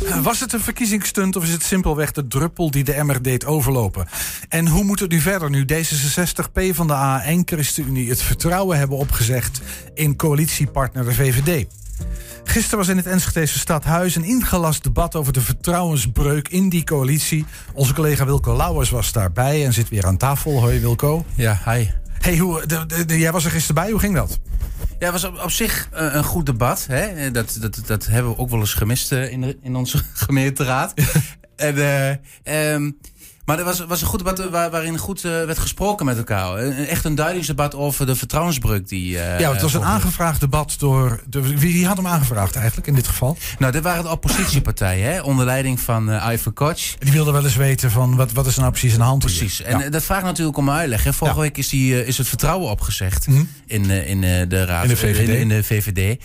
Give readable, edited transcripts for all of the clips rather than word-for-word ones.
Was het een verkiezingsstunt of is het simpelweg de druppel die de emmer deed overlopen? En hoe moet het nu verder nu D66, PvdA en ChristenUnie het vertrouwen hebben opgezegd in coalitiepartner de VVD? Gisteren was in het Enschedese Stadhuis een ingelast debat over de vertrouwensbreuk in die coalitie. Onze collega Wilco Lauwers was daarbij en zit weer aan tafel. Hoi Wilco. Ja, hi. Hey, jij was er gisteren bij, hoe ging dat? Ja, het was op zich een goed debat. Hè? Dat hebben we ook wel eens gemist in onze gemeenteraad. Maar er was een goed debat waarin goed werd gesproken met elkaar. Echt een duidelingsdebat over de vertrouwensbreuk die... het was een aangevraagd debat door... Wie had hem aangevraagd eigenlijk in dit geval? Nou, dit waren de oppositiepartijen, hè, onder leiding van Iver Koch. Die wilden wel eens weten van wat is er nou precies aan de hand. Precies. Hier? En dat vraagt natuurlijk om uitleg. Hè. Vorige week is het vertrouwen opgezegd in de raad. In de VVD. In de VVD.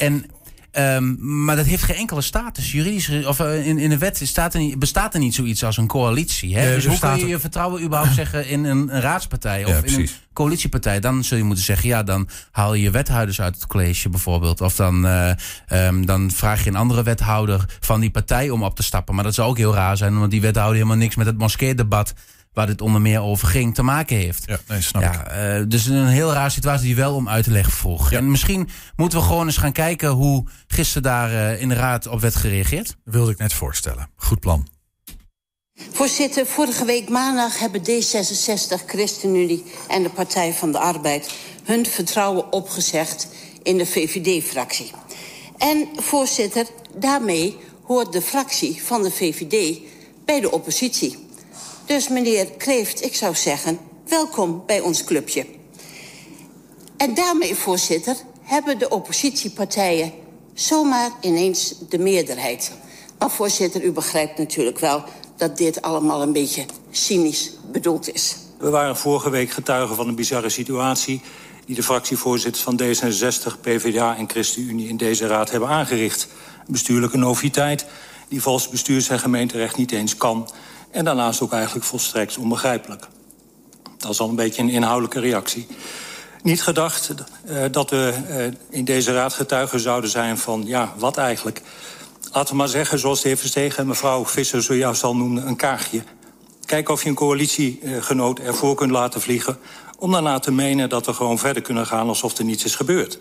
Maar dat heeft geen enkele status. Juridisch of in de wet bestaat er niet zoiets als een coalitie. Hè? Dus hoe kun je je vertrouwen überhaupt zeggen in een raadspartij of in een coalitiepartij? Dan zul je moeten zeggen, ja, dan haal je wethouders uit het college bijvoorbeeld. Of dan vraag je een andere wethouder van die partij om op te stappen. Maar dat zou ook heel raar zijn, want die wethouder helemaal niks met het moskeerdebat, waar dit onder meer over ging, te maken heeft. Ja, nee, snap ik. Dus een heel raar situatie die wel om uit te leggen vroeg. Ja. En misschien moeten we gewoon eens gaan kijken hoe gisteren daar in de raad op werd gereageerd. Dat wilde ik net voorstellen. Goed plan. Voorzitter, vorige week maandag hebben D66, ChristenUnie en de Partij van de Arbeid hun vertrouwen opgezegd in de VVD-fractie. En voorzitter, daarmee hoort de fractie van de VVD bij de oppositie. Dus meneer Kreeft, ik zou zeggen, welkom bij ons clubje. En daarmee, voorzitter, hebben de oppositiepartijen zomaar ineens de meerderheid. Maar voorzitter, u begrijpt natuurlijk wel dat dit allemaal een beetje cynisch bedoeld is. We waren vorige week getuigen van een bizarre situatie die de fractievoorzitters van D66, PvdA en ChristenUnie in deze raad hebben aangericht. Een bestuurlijke noviteit die volgens bestuurs- en gemeenterecht niet eens kan. En daarnaast ook eigenlijk volstrekt onbegrijpelijk. Dat is al een beetje een inhoudelijke reactie. Niet gedacht dat we in deze raad getuigen zouden zijn van, ja, wat eigenlijk? Laten we maar zeggen, zoals de heer Verstegen en mevrouw Visser zojuist al noemden, een kaartje. Kijk of je een coalitiegenoot ervoor kunt laten vliegen, om daarna te menen dat we gewoon verder kunnen gaan alsof er niets is gebeurd.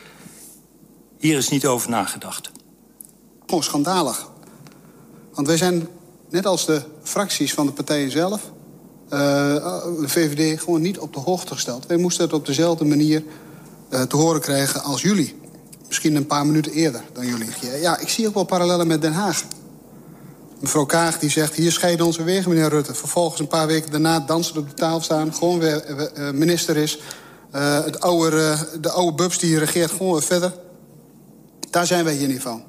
Hier is niet over nagedacht. Gewoon schandalig. Want wij zijn, net als de fracties van de partijen zelf, de VVD, gewoon niet op de hoogte gesteld. Wij moesten het op dezelfde manier te horen krijgen als jullie. Misschien een paar minuten eerder dan jullie. Ja, ik zie ook wel parallellen met Den Haag. Mevrouw Kaag die zegt, hier scheiden onze wegen, meneer Rutte. Vervolgens een paar weken daarna dansen op de tafel staan, gewoon weer minister is. De oude bubs die regeert gewoon weer verder. Daar zijn wij hier niet van.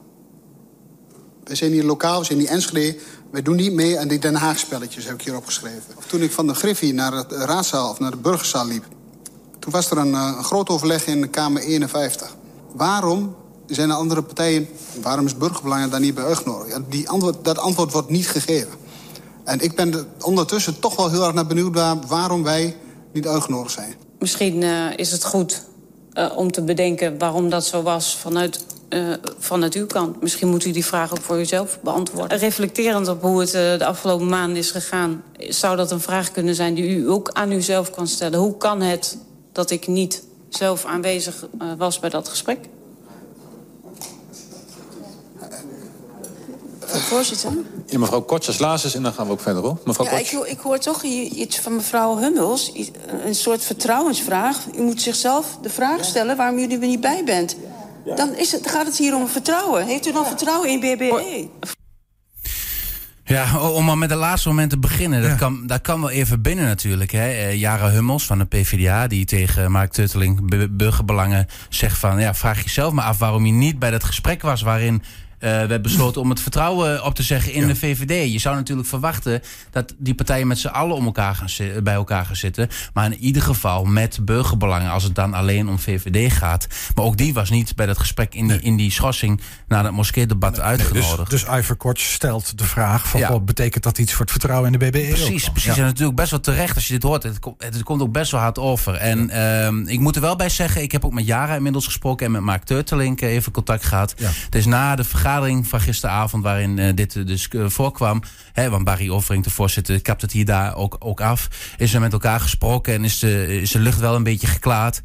Wij zijn hier lokaal, we zijn hier Enschede. Wij doen niet mee aan die Den Haag spelletjes, heb ik hier opgeschreven. Toen ik van de Griffie naar de raadzaal of naar de burgerzaal liep, toen was er een groot overleg in de Kamer 51. Waarom zijn de andere partijen, waarom is burgerbelangen daar niet bij uitgenodigd? Dat antwoord wordt niet gegeven. En ik ben ondertussen toch wel heel erg naar benieuwd waarom wij niet uitgenodigd zijn. Misschien is het goed om te bedenken waarom dat zo was vanuit uw kant. Misschien moet u die vraag ook voor uzelf beantwoorden. Reflecterend op hoe het de afgelopen maanden is gegaan, zou dat een vraag kunnen zijn die u ook aan uzelf kan stellen. Hoe kan het dat ik niet zelf aanwezig was bij dat gesprek? Voorzitter? Ja, mevrouw Koch als laatste en dan gaan we ook verder op. Mevrouw Koch. Ik hoor toch iets van mevrouw Hummels. Een soort vertrouwensvraag. U moet zichzelf de vraag stellen waarom jullie er niet bij bent. Dan gaat het hier om vertrouwen. Heeft u dan vertrouwen in BBE? Ja, om maar met het laatste moment te beginnen. Dat kan wel even binnen natuurlijk. Hè. Jara Hummels van de PvdA, die tegen Mark Tutteling burgerbelangen zegt van, ja, vraag jezelf maar af waarom je niet bij dat gesprek was waarin werd besloten om het vertrouwen op te zeggen in de VVD. Je zou natuurlijk verwachten dat die partijen met z'n allen bij elkaar gaan zitten. Maar in ieder geval met burgerbelangen, als het dan alleen om VVD gaat. Maar ook die was niet bij dat gesprek in die schorsing na het moskeerdebat uitgenodigd. Dus Iver Koch stelt de vraag van, wat betekent dat iets voor het vertrouwen in de BBE? Precies. En natuurlijk best wel terecht als je dit hoort. Het komt ook best wel hard over. En ik moet er wel bij zeggen, ik heb ook met Jara inmiddels gesproken en met Mark Tutteling even contact gehad. Ja. Dus na de vergadering vergadering van gisteravond waarin dit dus voorkwam. Want Barry Overink, de voorzitter, kapt het hier daar ook af. Is er met elkaar gesproken en is de lucht wel een beetje geklaard.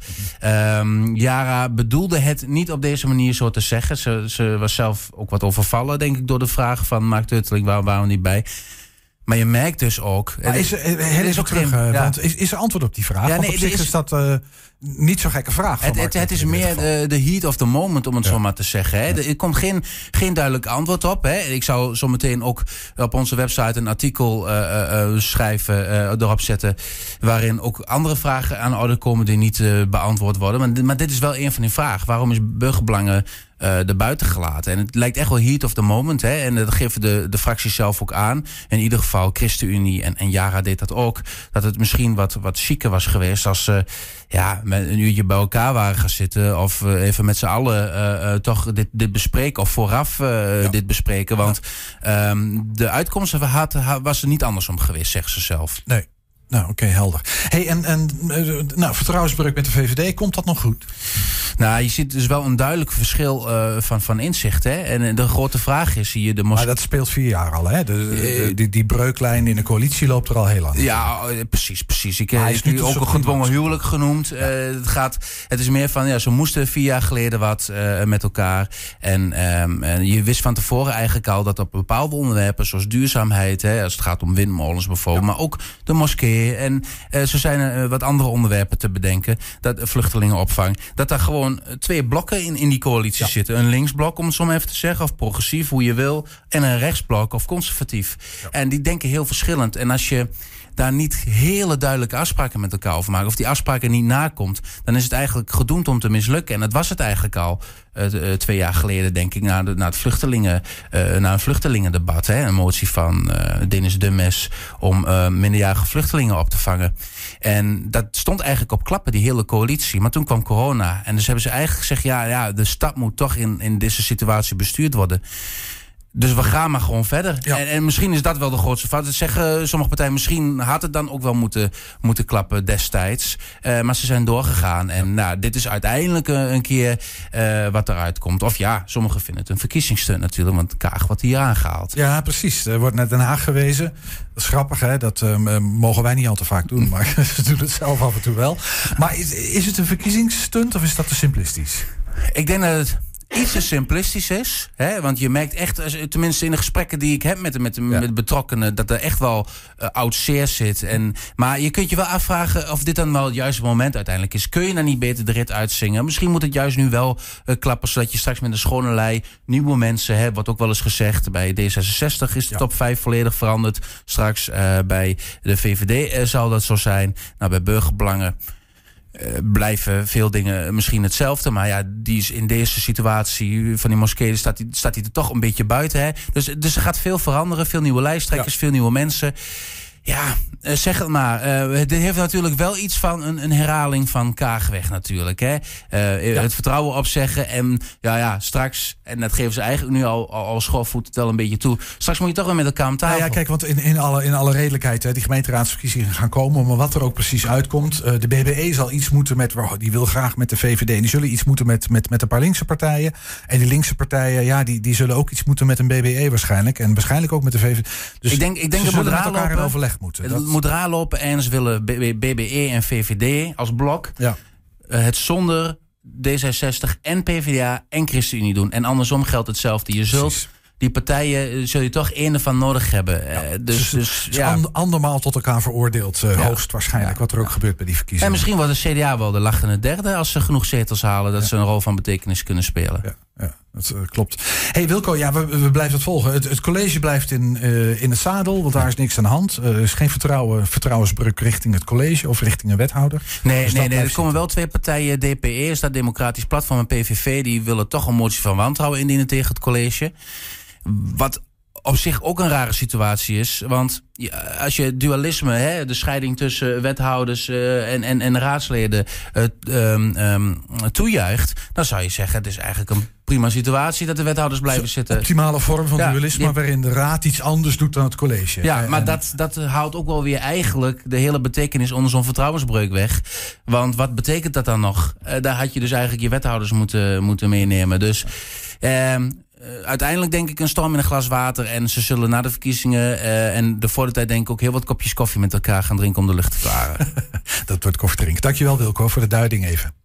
Yara bedoelde het niet op deze manier zo te zeggen. Ze was zelf ook wat overvallen, denk ik, door de vraag van Mark Tutteling, waarom we niet bij. Maar je merkt dus ook... Maar is ook terug, want is er antwoord op die vraag? Ja, want op zich is dat niet zo'n gekke vraag. Het is meer de heat of the moment, om het zo maar te zeggen. Hè. Er komt geen duidelijk antwoord op. Hè. Ik zou zo meteen ook op onze website een artikel schrijven, erop zetten, waarin ook andere vragen aan de orde komen die niet beantwoord worden. Maar dit is wel een van die vragen. Waarom is burgerbelangen er buiten gelaten? En het lijkt echt wel heat of the moment. Hè? En dat geven de fracties zelf ook aan. In ieder geval ChristenUnie en Yara deed dat ook. Dat het misschien wat chiquer was geweest als ze met een uurtje bij elkaar waren gaan zitten. Of even met z'n allen toch dit bespreken. Of vooraf dit bespreken. Want de uitkomst was er niet andersom geweest, zegt ze zelf. Nee. Nou, oké, helder. Hey, en vertrouwensbreuk met de VVD, komt dat nog goed? Nou, je ziet dus wel een duidelijk verschil van inzicht. Hè? En de grote vraag is hier... Maar dat speelt 4 jaar al, hè? Die breuklijn in de coalitie loopt er al heel lang. Ja, precies. Ik heb nu ook een gedwongen huwelijk genoemd. Het is meer van, ze moesten 4 jaar geleden wat met elkaar. En je wist van tevoren eigenlijk al dat op bepaalde onderwerpen, zoals duurzaamheid, hè, als het gaat om windmolens bijvoorbeeld, maar ook de moskee. En zo zijn er wat andere onderwerpen te bedenken. Dat vluchtelingenopvang. Dat daar gewoon 2 blokken in die coalitie zitten. Een linksblok, om het zo maar even te zeggen, of progressief, hoe je wil. En een rechtsblok, of conservatief. Ja. En die denken heel verschillend. En als je daar niet hele duidelijke afspraken met elkaar over maakt, of die afspraken niet nakomt, dan is het eigenlijk gedoemd om te mislukken. En dat was het eigenlijk al 2 jaar geleden, denk ik, na een vluchtelingendebat. Hè, een motie van Dennis Dummes om minderjarige vluchtelingen op te vangen. En dat stond eigenlijk op klappen, die hele coalitie. Maar toen kwam corona. En dus hebben ze eigenlijk gezegd, de stad moet toch in deze situatie bestuurd worden. Dus we gaan maar gewoon verder. Ja. En misschien is dat wel de grootste fout. Dat zeggen sommige partijen, misschien had het dan ook wel moeten klappen destijds. Maar ze zijn doorgegaan. En dit is uiteindelijk een keer wat eruit komt. Of sommigen vinden het een verkiezingsstunt natuurlijk. Want Kaag wordt hier aangehaald. Ja, precies. Er wordt naar Den Haag gewezen. Dat is grappig, hè? Dat mogen wij niet al te vaak doen. Maar ze doen het zelf af en toe wel. Maar is het een verkiezingsstunt of is dat te simplistisch? Ik denk dat het iets te simplistisch is. Hè? Want je merkt echt, tenminste in de gesprekken die ik heb met betrokkenen, dat er echt wel oud zeer zit. Maar je kunt je wel afvragen of dit dan wel het juiste moment uiteindelijk is. Kun je dan niet beter de rit uitzingen? Misschien moet het juist nu wel klappen, zodat je straks met een schone lei nieuwe mensen hebt. Wat ook wel eens gezegd, bij D66 is de top 5 volledig veranderd. Straks bij de VVD zal dat zo zijn. Nou, bij burgerbelangen blijven veel dingen misschien hetzelfde. Maar die is in deze situatie van die moskee staat hij er toch een beetje buiten. Hè? Dus er gaat veel veranderen. Veel nieuwe lijsttrekkers, veel nieuwe mensen. Ja, zeg het maar. Dit heeft natuurlijk wel iets van een herhaling van Kaagweg natuurlijk. Hè? Het vertrouwen opzeggen en straks, en dat geven ze eigenlijk nu al schoolvoet wel een beetje toe. Straks moet je toch weer met elkaar aan tafel. Ja, kijk, want in alle redelijkheid, die gemeenteraadsverkiezingen gaan komen, maar wat er ook precies uitkomt. De BBE zal iets moeten die wil graag met de VVD. En die zullen iets moeten met een paar linkse partijen. En die linkse partijen, die zullen ook iets moeten met een BBE waarschijnlijk. En waarschijnlijk ook met de VVD. Dus ik denk dat we met elkaar in overleg moeten. Het moet raar lopen en ze willen BBE en VVD als blok het zonder D66 en PvdA en ChristenUnie doen. En andersom geldt hetzelfde. Je zult die partijen zul je toch één ervan nodig hebben. Dus andermaal tot elkaar veroordeeld, hoogstwaarschijnlijk, wat er ook gebeurt bij die verkiezingen. En misschien wordt de CDA wel de lachende derde als ze genoeg zetels halen, dat ze een rol van betekenis kunnen spelen. Ja, dat klopt. Hey Wilco, we blijven het volgen. Het college blijft in het zadel, want daar is niks aan de hand. Er is geen vertrouwensbreuk richting het college of richting een wethouder. Nee, er komen wel 2 partijen, DPE, is dat Democratisch Platform, en PVV, die willen toch een motie van wantrouwen indienen tegen het college. Wat op zich ook een rare situatie is. Want als je dualisme, de scheiding tussen wethouders en raadsleden toejuicht, dan zou je zeggen, het is eigenlijk een prima situatie dat de wethouders blijven zitten. Optimale vorm van dualisme, waarin de raad iets anders doet dan het college. Ja, maar dat haalt ook wel weer eigenlijk de hele betekenis onder zo'n vertrouwensbreuk weg. Want wat betekent dat dan nog? Daar had je dus eigenlijk je wethouders moeten meenemen. Dus uiteindelijk denk ik een storm in een glas water. En ze zullen na de verkiezingen en voor de tijd denk ik ook heel wat kopjes koffie met elkaar gaan drinken om de lucht te klaren. Dat wordt koffiedrinken. Dankjewel Wilco voor de duiding even.